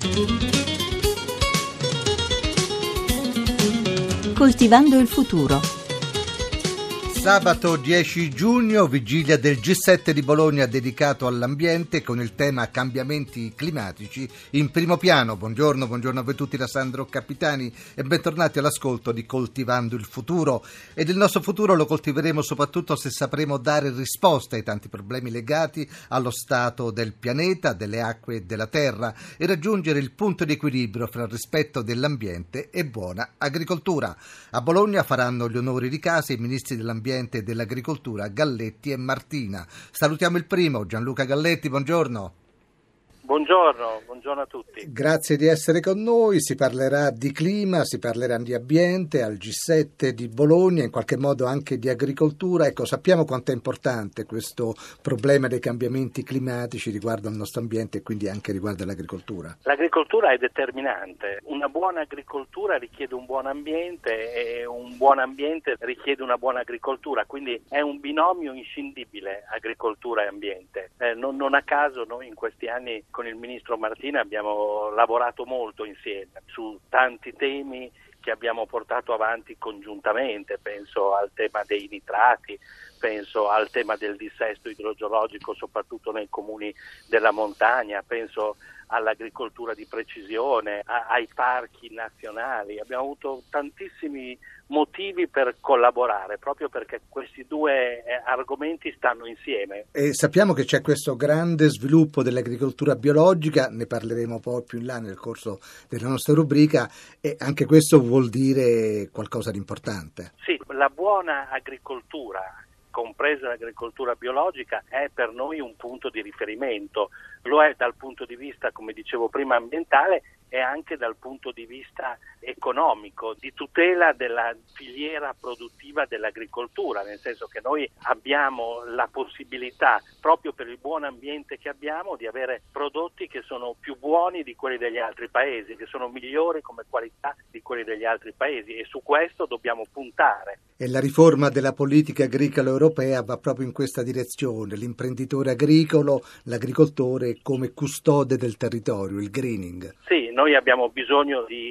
Coltivando il futuro. Sabato 10 giugno, vigilia del G7 di Bologna dedicato all'ambiente con il tema cambiamenti climatici in primo piano. Buongiorno a voi tutti da Sandro Capitani e bentornati all'ascolto di Coltivando il futuro. Ed il nostro futuro lo coltiveremo soprattutto se sapremo dare risposta ai tanti problemi legati allo stato del pianeta, delle acque e della terra e raggiungere il punto di equilibrio fra il rispetto dell'ambiente e buona agricoltura. A Bologna faranno gli onori di casa i ministri dell'ambiente e dell'agricoltura Galletti e Martina. Salutiamo il primo, Gianluca Galletti, buongiorno. Buongiorno a tutti. Grazie di essere con noi. Si parlerà di clima, si parlerà di ambiente al G7 di Bologna, in qualche modo anche di agricoltura. Ecco, sappiamo quanto è importante questo problema dei cambiamenti climatici riguardo al nostro ambiente e quindi anche riguardo all'agricoltura. L'agricoltura è determinante. Una buona agricoltura richiede un buon ambiente e un buon ambiente richiede una buona agricoltura, quindi è un binomio inscindibile agricoltura e ambiente. Non a caso noi in questi anni con il ministro Martina abbiamo lavorato molto insieme su tanti temi che abbiamo portato avanti congiuntamente. Penso al tema dei nitrati, penso al tema del dissesto idrogeologico soprattutto nei comuni della montagna, penso all'agricoltura di precisione, ai parchi nazionali. Abbiamo avuto tantissimi motivi per collaborare proprio perché questi due argomenti stanno insieme. E sappiamo che c'è questo grande sviluppo dell'agricoltura biologica, ne parleremo poi più in là nel corso della nostra rubrica, e anche questo vuol dire qualcosa di importante. Sì, la buona agricoltura, compresa l'agricoltura biologica, è per noi un punto di riferimento. Lo è dal punto di vista, come dicevo prima, ambientale e anche dal punto di vista economico, di tutela della filiera produttiva dell'agricoltura, nel senso che noi abbiamo la possibilità, proprio per il buon ambiente che abbiamo, di avere prodotti che sono più buoni di quelli degli altri paesi, che sono migliori come qualità di quelli degli altri paesi, e su questo dobbiamo puntare. E la riforma della politica agricola europea va proprio in questa direzione: l'imprenditore agricolo, l'agricoltore come custode del territorio, il greening. Sì, noi abbiamo bisogno di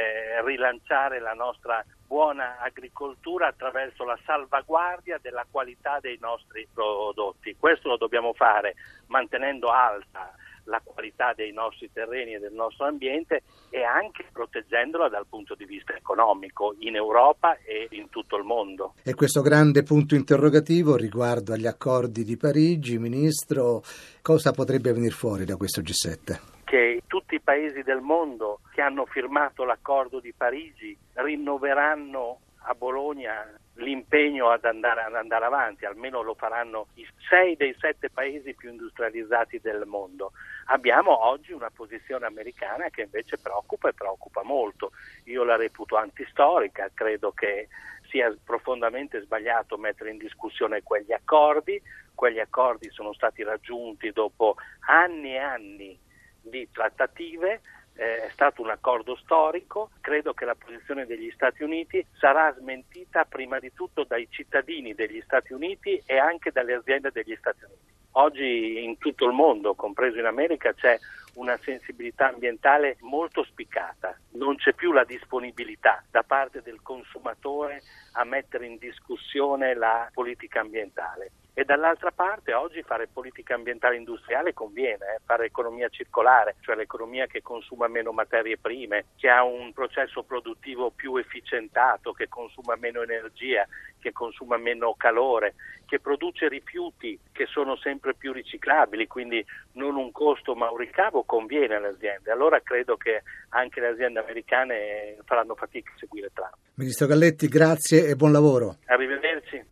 rilanciare la nostra buona agricoltura attraverso la salvaguardia della qualità dei nostri prodotti. Questo lo dobbiamo fare mantenendo alta la qualità dei nostri terreni e del nostro ambiente e anche proteggendola dal punto di vista economico in Europa e in tutto il mondo. E questo grande punto interrogativo riguardo agli accordi di Parigi, Ministro, cosa potrebbe venire fuori da questo G7? Che tutti i paesi del mondo che hanno firmato l'accordo di Parigi rinnoveranno a Bologna l'impegno ad andare avanti, almeno lo faranno i 6 dei 7 paesi più industrializzati del mondo. Abbiamo oggi una posizione americana che invece preoccupa molto. Io la reputo antistorica, credo che sia profondamente sbagliato mettere in discussione quegli accordi. Quegli accordi sono stati raggiunti dopo anni e anni di trattative. È stato un accordo storico. Credo che la posizione degli Stati Uniti sarà smentita prima di tutto dai cittadini degli Stati Uniti e anche dalle aziende degli Stati Uniti. Oggi in tutto il mondo, compreso in America, c'è una sensibilità ambientale molto spiccata. Non c'è più la disponibilità da parte del consumatore a mettere in discussione la politica ambientale. E dall'altra parte oggi fare politica ambientale industriale conviene, fare economia circolare, cioè l'economia che consuma meno materie prime, che ha un processo produttivo più efficientato, che consuma meno energia, che consuma meno calore, che produce rifiuti che sono sempre più riciclabili, quindi non un costo ma un ricavo, conviene alle aziende. Allora credo che anche le aziende americane faranno fatica a seguire Trump. Ministro Galletti, grazie e buon lavoro. Arrivederci.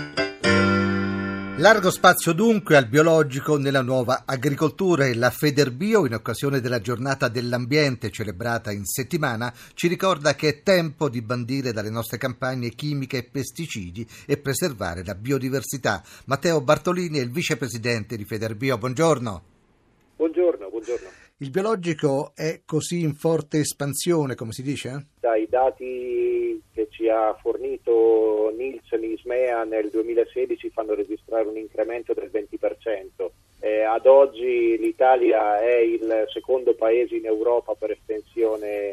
Largo spazio dunque al biologico nella nuova agricoltura, e la Federbio, in occasione della giornata dell'ambiente celebrata in settimana, ci ricorda che è tempo di bandire dalle nostre campagne chimiche e pesticidi e preservare la biodiversità. Matteo Bartolini è il vicepresidente di Federbio. Buongiorno. Buongiorno. Il biologico è così in forte espansione, come si dice? Dai dati che ci ha fornito Nielsen Ismea nel 2016 fanno registrare un incremento del 20%. ad oggi l'Italia è il secondo paese in Europa per estensione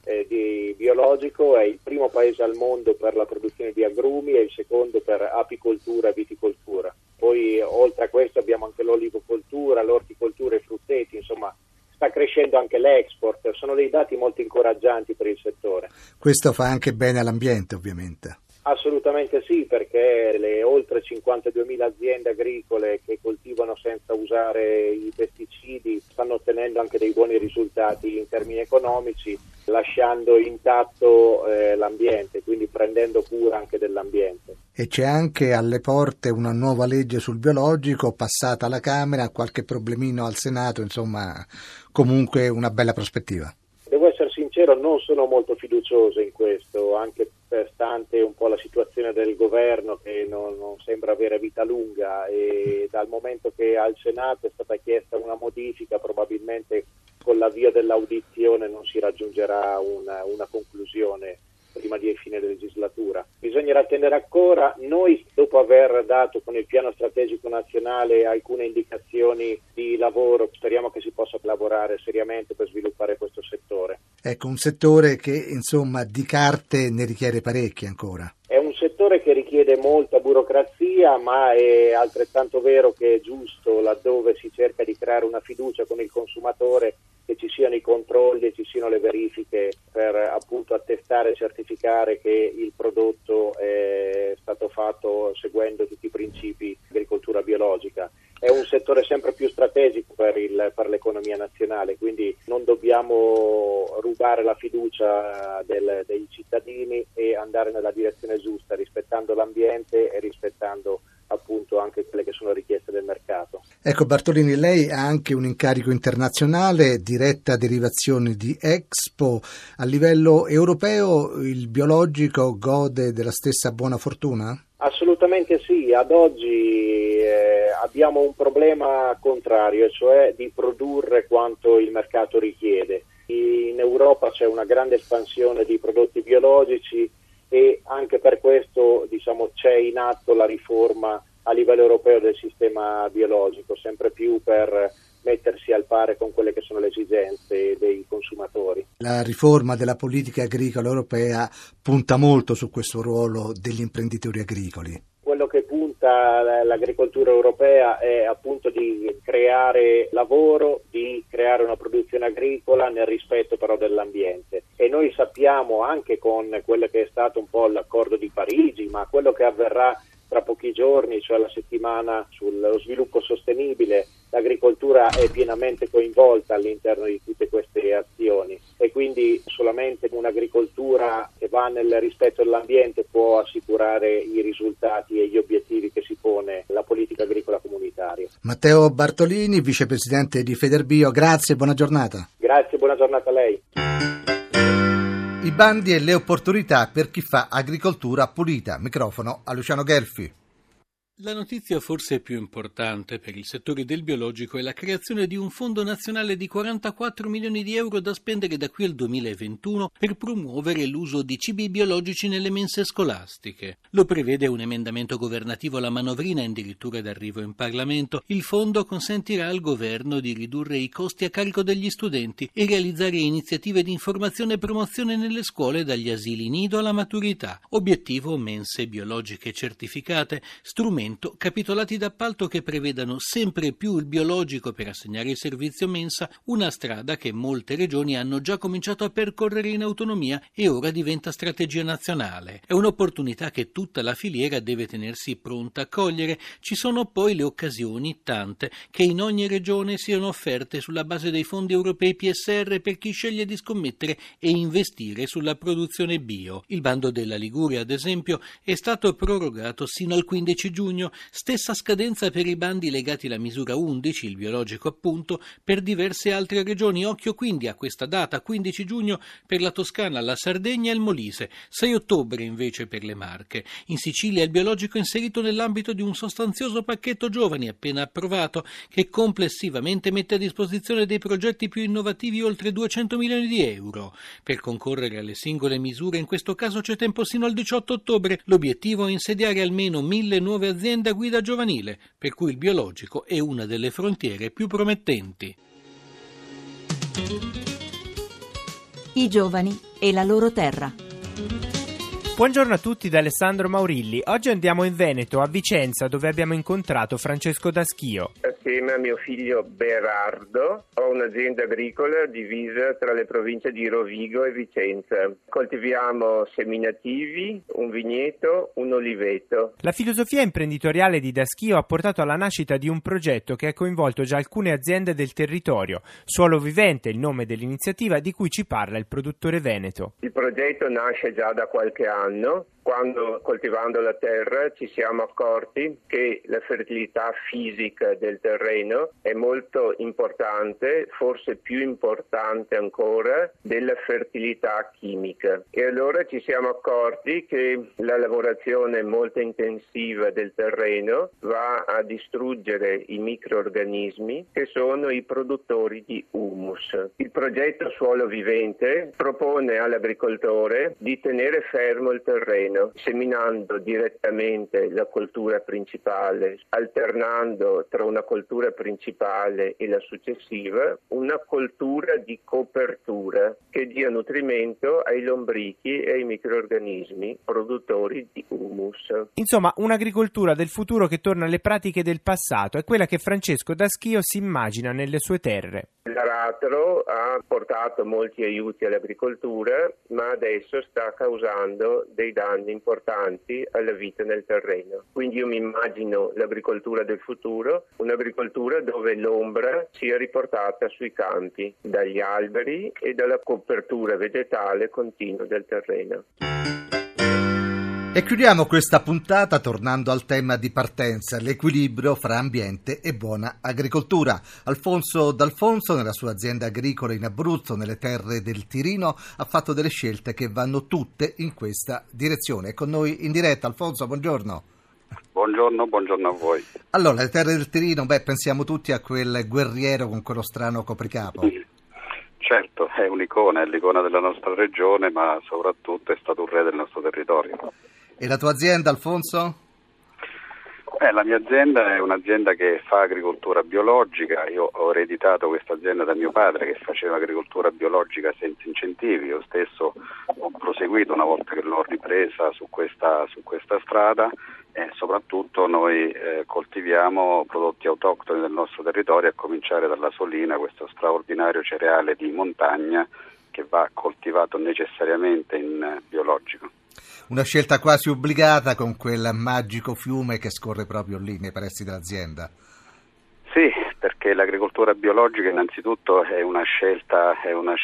di biologico, è il primo paese al mondo per la produzione di agrumi e il secondo per apicoltura e viticoltura. Poi oltre a questo abbiamo anche l'olivocoltura, l'orticoltura e i frutteti, insomma sta crescendo anche l'export, sono dei dati molto incoraggianti per il settore. Questo fa anche bene all'ambiente, ovviamente. Assolutamente sì, perché le oltre 52.000 aziende agricole che coltivano senza usare i pesticidi stanno ottenendo anche dei buoni risultati in termini economici, lasciando intatto l'ambiente, quindi prendendo cura anche dell'ambiente. E c'è anche alle porte una nuova legge sul biologico passata alla Camera, qualche problemino al Senato, insomma comunque una bella prospettiva. Devo essere sincero, non sono molto fiducioso in questo, anche stante un po' la situazione del governo che non sembra avere vita lunga, e dal momento che al Senato è stata chiesta una modifica, probabilmente con l'avvio dell'audizione non si raggiungerà una conclusione prima di fine legislatura. Bisognerà attendere ancora. Noi, dopo aver dato con il piano strategico nazionale alcune indicazioni di lavoro, speriamo che si possa lavorare seriamente per sviluppare questo settore. Ecco, un settore che insomma di carte ne richiede parecchie ancora. È un settore che richiede molta burocrazia, ma è altrettanto vero che è giusto, laddove si cerca di creare una fiducia con il consumatore, che ci siano i controlli e ci siano le verifiche per appunto attestare e certificare che il prodotto è stato fatto seguendo tutti i principi di agricoltura biologica. È un settore sempre più strategico per l'economia nazionale, quindi non dobbiamo rubare la fiducia dei cittadini e andare nella direzione giusta, rispettando l'ambiente e rispettando appunto anche quelle che sono richieste del mercato. Ecco Bartolini, lei ha anche un incarico internazionale, diretta derivazioni di Expo. A livello europeo il biologico gode della stessa buona fortuna? Assolutamente sì, ad oggi abbiamo un problema contrario, cioè di produrre quanto il mercato richiede. In Europa c'è una grande espansione di prodotti biologici e anche per questo c'è in atto la riforma a livello europeo del sistema biologico, sempre più per mettersi al pari con quelle che sono le esigenze dei consumatori. La riforma della politica agricola europea punta molto su questo ruolo degli imprenditori agricoli. Quello che punta l'agricoltura europea è appunto di creare lavoro, di creare una produzione agricola nel rispetto però dell'ambiente. E noi sappiamo anche con quello che è stato un po' l'accordo di Parigi, ma quello che avverrà tra pochi giorni, cioè la settimana sullo sviluppo sostenibile, l'agricoltura è pienamente coinvolta all'interno di tutte queste azioni e quindi solamente un'agricoltura che va nel rispetto dell'ambiente può assicurare i risultati e gli obiettivi che si pone la politica agricola comunitaria. Matteo Bartolini, vicepresidente di Federbio, grazie e buona giornata. Grazie, buona giornata a lei. I bandi e le opportunità per chi fa agricoltura pulita. Microfono a Luciano Gelfi. La notizia forse più importante per il settore del biologico è la creazione di un fondo nazionale di 44 milioni di euro da spendere da qui al 2021 per promuovere l'uso di cibi biologici nelle mense scolastiche. Lo prevede un emendamento governativo alla manovrina addirittura d'arrivo in Parlamento. Il fondo consentirà al governo di ridurre i costi a carico degli studenti e realizzare iniziative di informazione e promozione nelle scuole dagli asili nido alla maturità. Obiettivo: mense biologiche certificate, strumenti capitolati d'appalto che prevedano sempre più il biologico per assegnare il servizio mensa, una strada che molte regioni hanno già cominciato a percorrere in autonomia e ora diventa strategia nazionale. È un'opportunità che tutta la filiera deve tenersi pronta a cogliere. Ci sono poi le occasioni, tante, che in ogni regione siano offerte sulla base dei fondi europei PSR per chi sceglie di scommettere e investire sulla produzione bio. Il bando della Liguria, ad esempio, è stato prorogato sino al 15 giugno, stessa scadenza per i bandi legati alla misura 11, il biologico appunto, per diverse altre regioni. Occhio quindi a questa data, 15 giugno per la Toscana, la Sardegna e il Molise, 6 ottobre invece per le Marche. In Sicilia il biologico è inserito nell'ambito di un sostanzioso pacchetto giovani appena approvato, che complessivamente mette a disposizione dei progetti più innovativi oltre 200 milioni di euro. Per concorrere alle singole misure in questo caso c'è tempo sino al 18 ottobre. L'obiettivo è insediare almeno 1.000 nuove aziende un'azienda a guida giovanile, per cui il biologico è una delle frontiere più promettenti. I giovani e la loro terra. Buongiorno a tutti da Alessandro Maurilli. Oggi andiamo in Veneto, a Vicenza, dove abbiamo incontrato Francesco Daschio. Assieme a mio figlio Berardo ho un'azienda agricola divisa tra le province di Rovigo e Vicenza. Coltiviamo seminativi, un vigneto, un oliveto. La filosofia imprenditoriale di Daschio ha portato alla nascita di un progetto che ha coinvolto già alcune aziende del territorio. Suolo Vivente è il nome dell'iniziativa di cui ci parla il produttore veneto. Il progetto nasce già da qualche anno, quando coltivando la terra ci siamo accorti che la fertilità fisica del terreno è molto importante, forse più importante ancora della fertilità chimica. E allora ci siamo accorti che la lavorazione molto intensiva del terreno va a distruggere i microrganismi che sono i produttori di humus. Il progetto Suolo Vivente propone all'agricoltore di tenere fermo il terreno, seminando direttamente la coltura principale, alternando tra una coltura principale e la successiva una coltura di copertura che dia nutrimento ai lombrichi e ai microrganismi produttori di humus. Insomma, un'agricoltura del futuro che torna alle pratiche del passato, è quella che Francesco Daschio si immagina nelle sue terre. L'aratro ha portato molti aiuti all'agricoltura, ma adesso sta causando dei danni importanti alla vita nel terreno. Quindi io mi immagino l'agricoltura del futuro, un'agricoltura dove l'ombra sia riportata sui campi, dagli alberi e dalla copertura vegetale continua del terreno. E chiudiamo questa puntata tornando al tema di partenza, l'equilibrio fra ambiente e buona agricoltura. Alfonso D'Alfonso, nella sua azienda agricola in Abruzzo, nelle terre del Tirino, ha fatto delle scelte che vanno tutte in questa direzione. È con noi in diretta. Alfonso, buongiorno. Buongiorno a voi. Allora, le terre del Tirino, pensiamo tutti a quel guerriero con quello strano copricapo. Certo, è un'icona, è l'icona della nostra regione, ma soprattutto è stato un re del nostro territorio. E la tua azienda, Alfonso? La mia azienda è un'azienda che fa agricoltura biologica. Io ho ereditato questa azienda da mio padre che faceva agricoltura biologica senza incentivi. Io stesso ho proseguito una volta che l'ho ripresa su questa strada e soprattutto noi coltiviamo prodotti autoctoni del nostro territorio, a cominciare dalla solina, questo straordinario cereale di montagna che va coltivato necessariamente in biologico. Una scelta quasi obbligata con quel magico fiume che scorre proprio lì nei pressi dell'azienda. Sì, perché l'agricoltura biologica innanzitutto è una scelta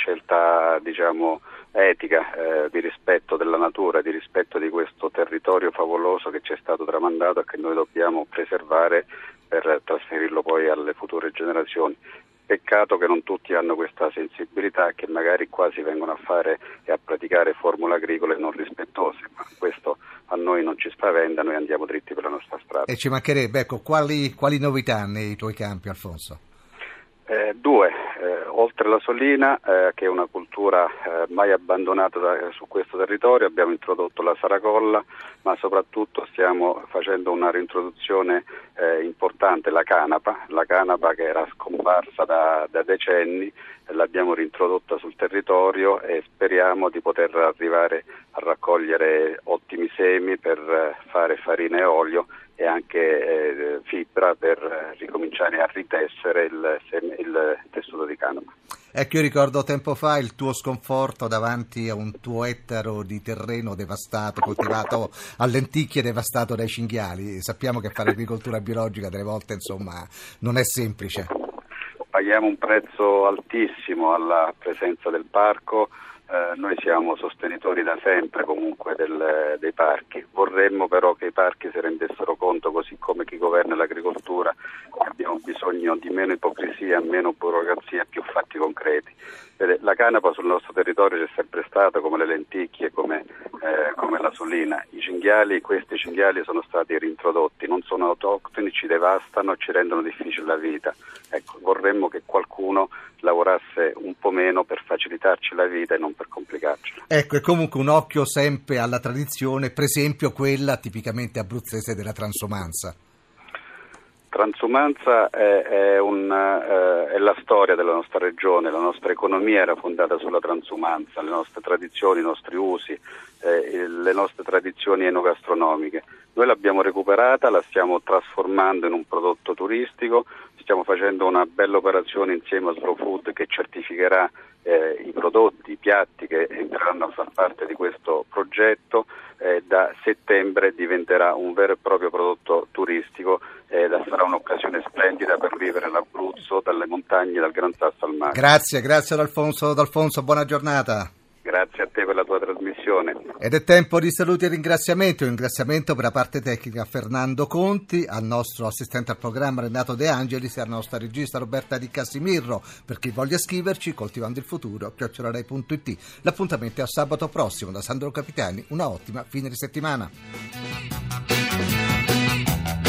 diciamo etica, di rispetto della natura, di rispetto di questo territorio favoloso che ci è stato tramandato e che noi dobbiamo preservare per trasferirlo poi alle future generazioni. Peccato che non tutti hanno questa sensibilità, che magari quasi vengono a fare e a praticare formule agricole non rispettose, ma questo a noi non ci spaventa, noi andiamo dritti per la nostra strada. E ci mancherebbe, quali novità nei tuoi campi, Alfonso? Due, oltre la solina, che è una cultura mai abbandonata su questo territorio, abbiamo introdotto la saracolla, ma soprattutto stiamo facendo una reintroduzione importante, la canapa che era scomparsa da decenni, l'abbiamo reintrodotta sul territorio e speriamo di poter arrivare a raccogliere ottimi semi per fare farina e olio e anche fibra per ricominciare a ritessere il tessuto di canapa. Ecco, io ricordo tempo fa il tuo sconforto davanti a un tuo ettaro di terreno devastato, coltivato a lenticchie, devastato dai cinghiali. Sappiamo che fare agricoltura biologica delle volte, non è semplice. Paghiamo un prezzo altissimo alla presenza del parco. Noi siamo sostenitori da sempre comunque dei parchi. Vorremmo però che i parchi si rendessero conto, così come chi governa l'agricoltura, che abbiamo bisogno di meno ipocrisia, meno burocrazia, più fatti concreti. La canapa sul nostro territorio c'è sempre stata, come le lenticchie, come la solina. Questi cinghiali sono stati reintrodotti, non sono autoctoni, ci devastano, ci rendono difficile la vita. Ecco, vorremmo che qualcuno lavorasse un po' meno per facilitarci la vita e non per complicarcela. Ecco, è comunque un occhio sempre alla tradizione, per esempio quella tipicamente abruzzese della transumanza. Transumanza è la storia della nostra regione, la nostra economia era fondata sulla transumanza, le nostre tradizioni, i nostri usi, le nostre tradizioni enogastronomiche. Noi l'abbiamo recuperata, la stiamo trasformando in un prodotto turistico, stiamo facendo una bella operazione insieme a Slow Food che certificherà i prodotti, i piatti che entreranno a far parte di questo progetto. Da settembre diventerà un vero e proprio prodotto turistico ed sarà un'occasione splendida per vivere l'Abruzzo dalle montagne, dal Gran Sasso al mare. Grazie ad Alfonso, buona giornata. Grazie a te per la tua trasmissione. Ed è tempo di saluti e ringraziamenti. Un ringraziamento per la parte tecnica a Fernando Conti, al nostro assistente al programma Renato De Angelis e alla nostra regista Roberta Di Casimiro. Per chi voglia scriverci, coltivando il futuro, @rai.it. L'appuntamento è a sabato prossimo. Da Sandro Capitani, una ottima fine di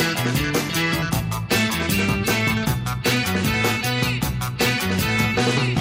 settimana.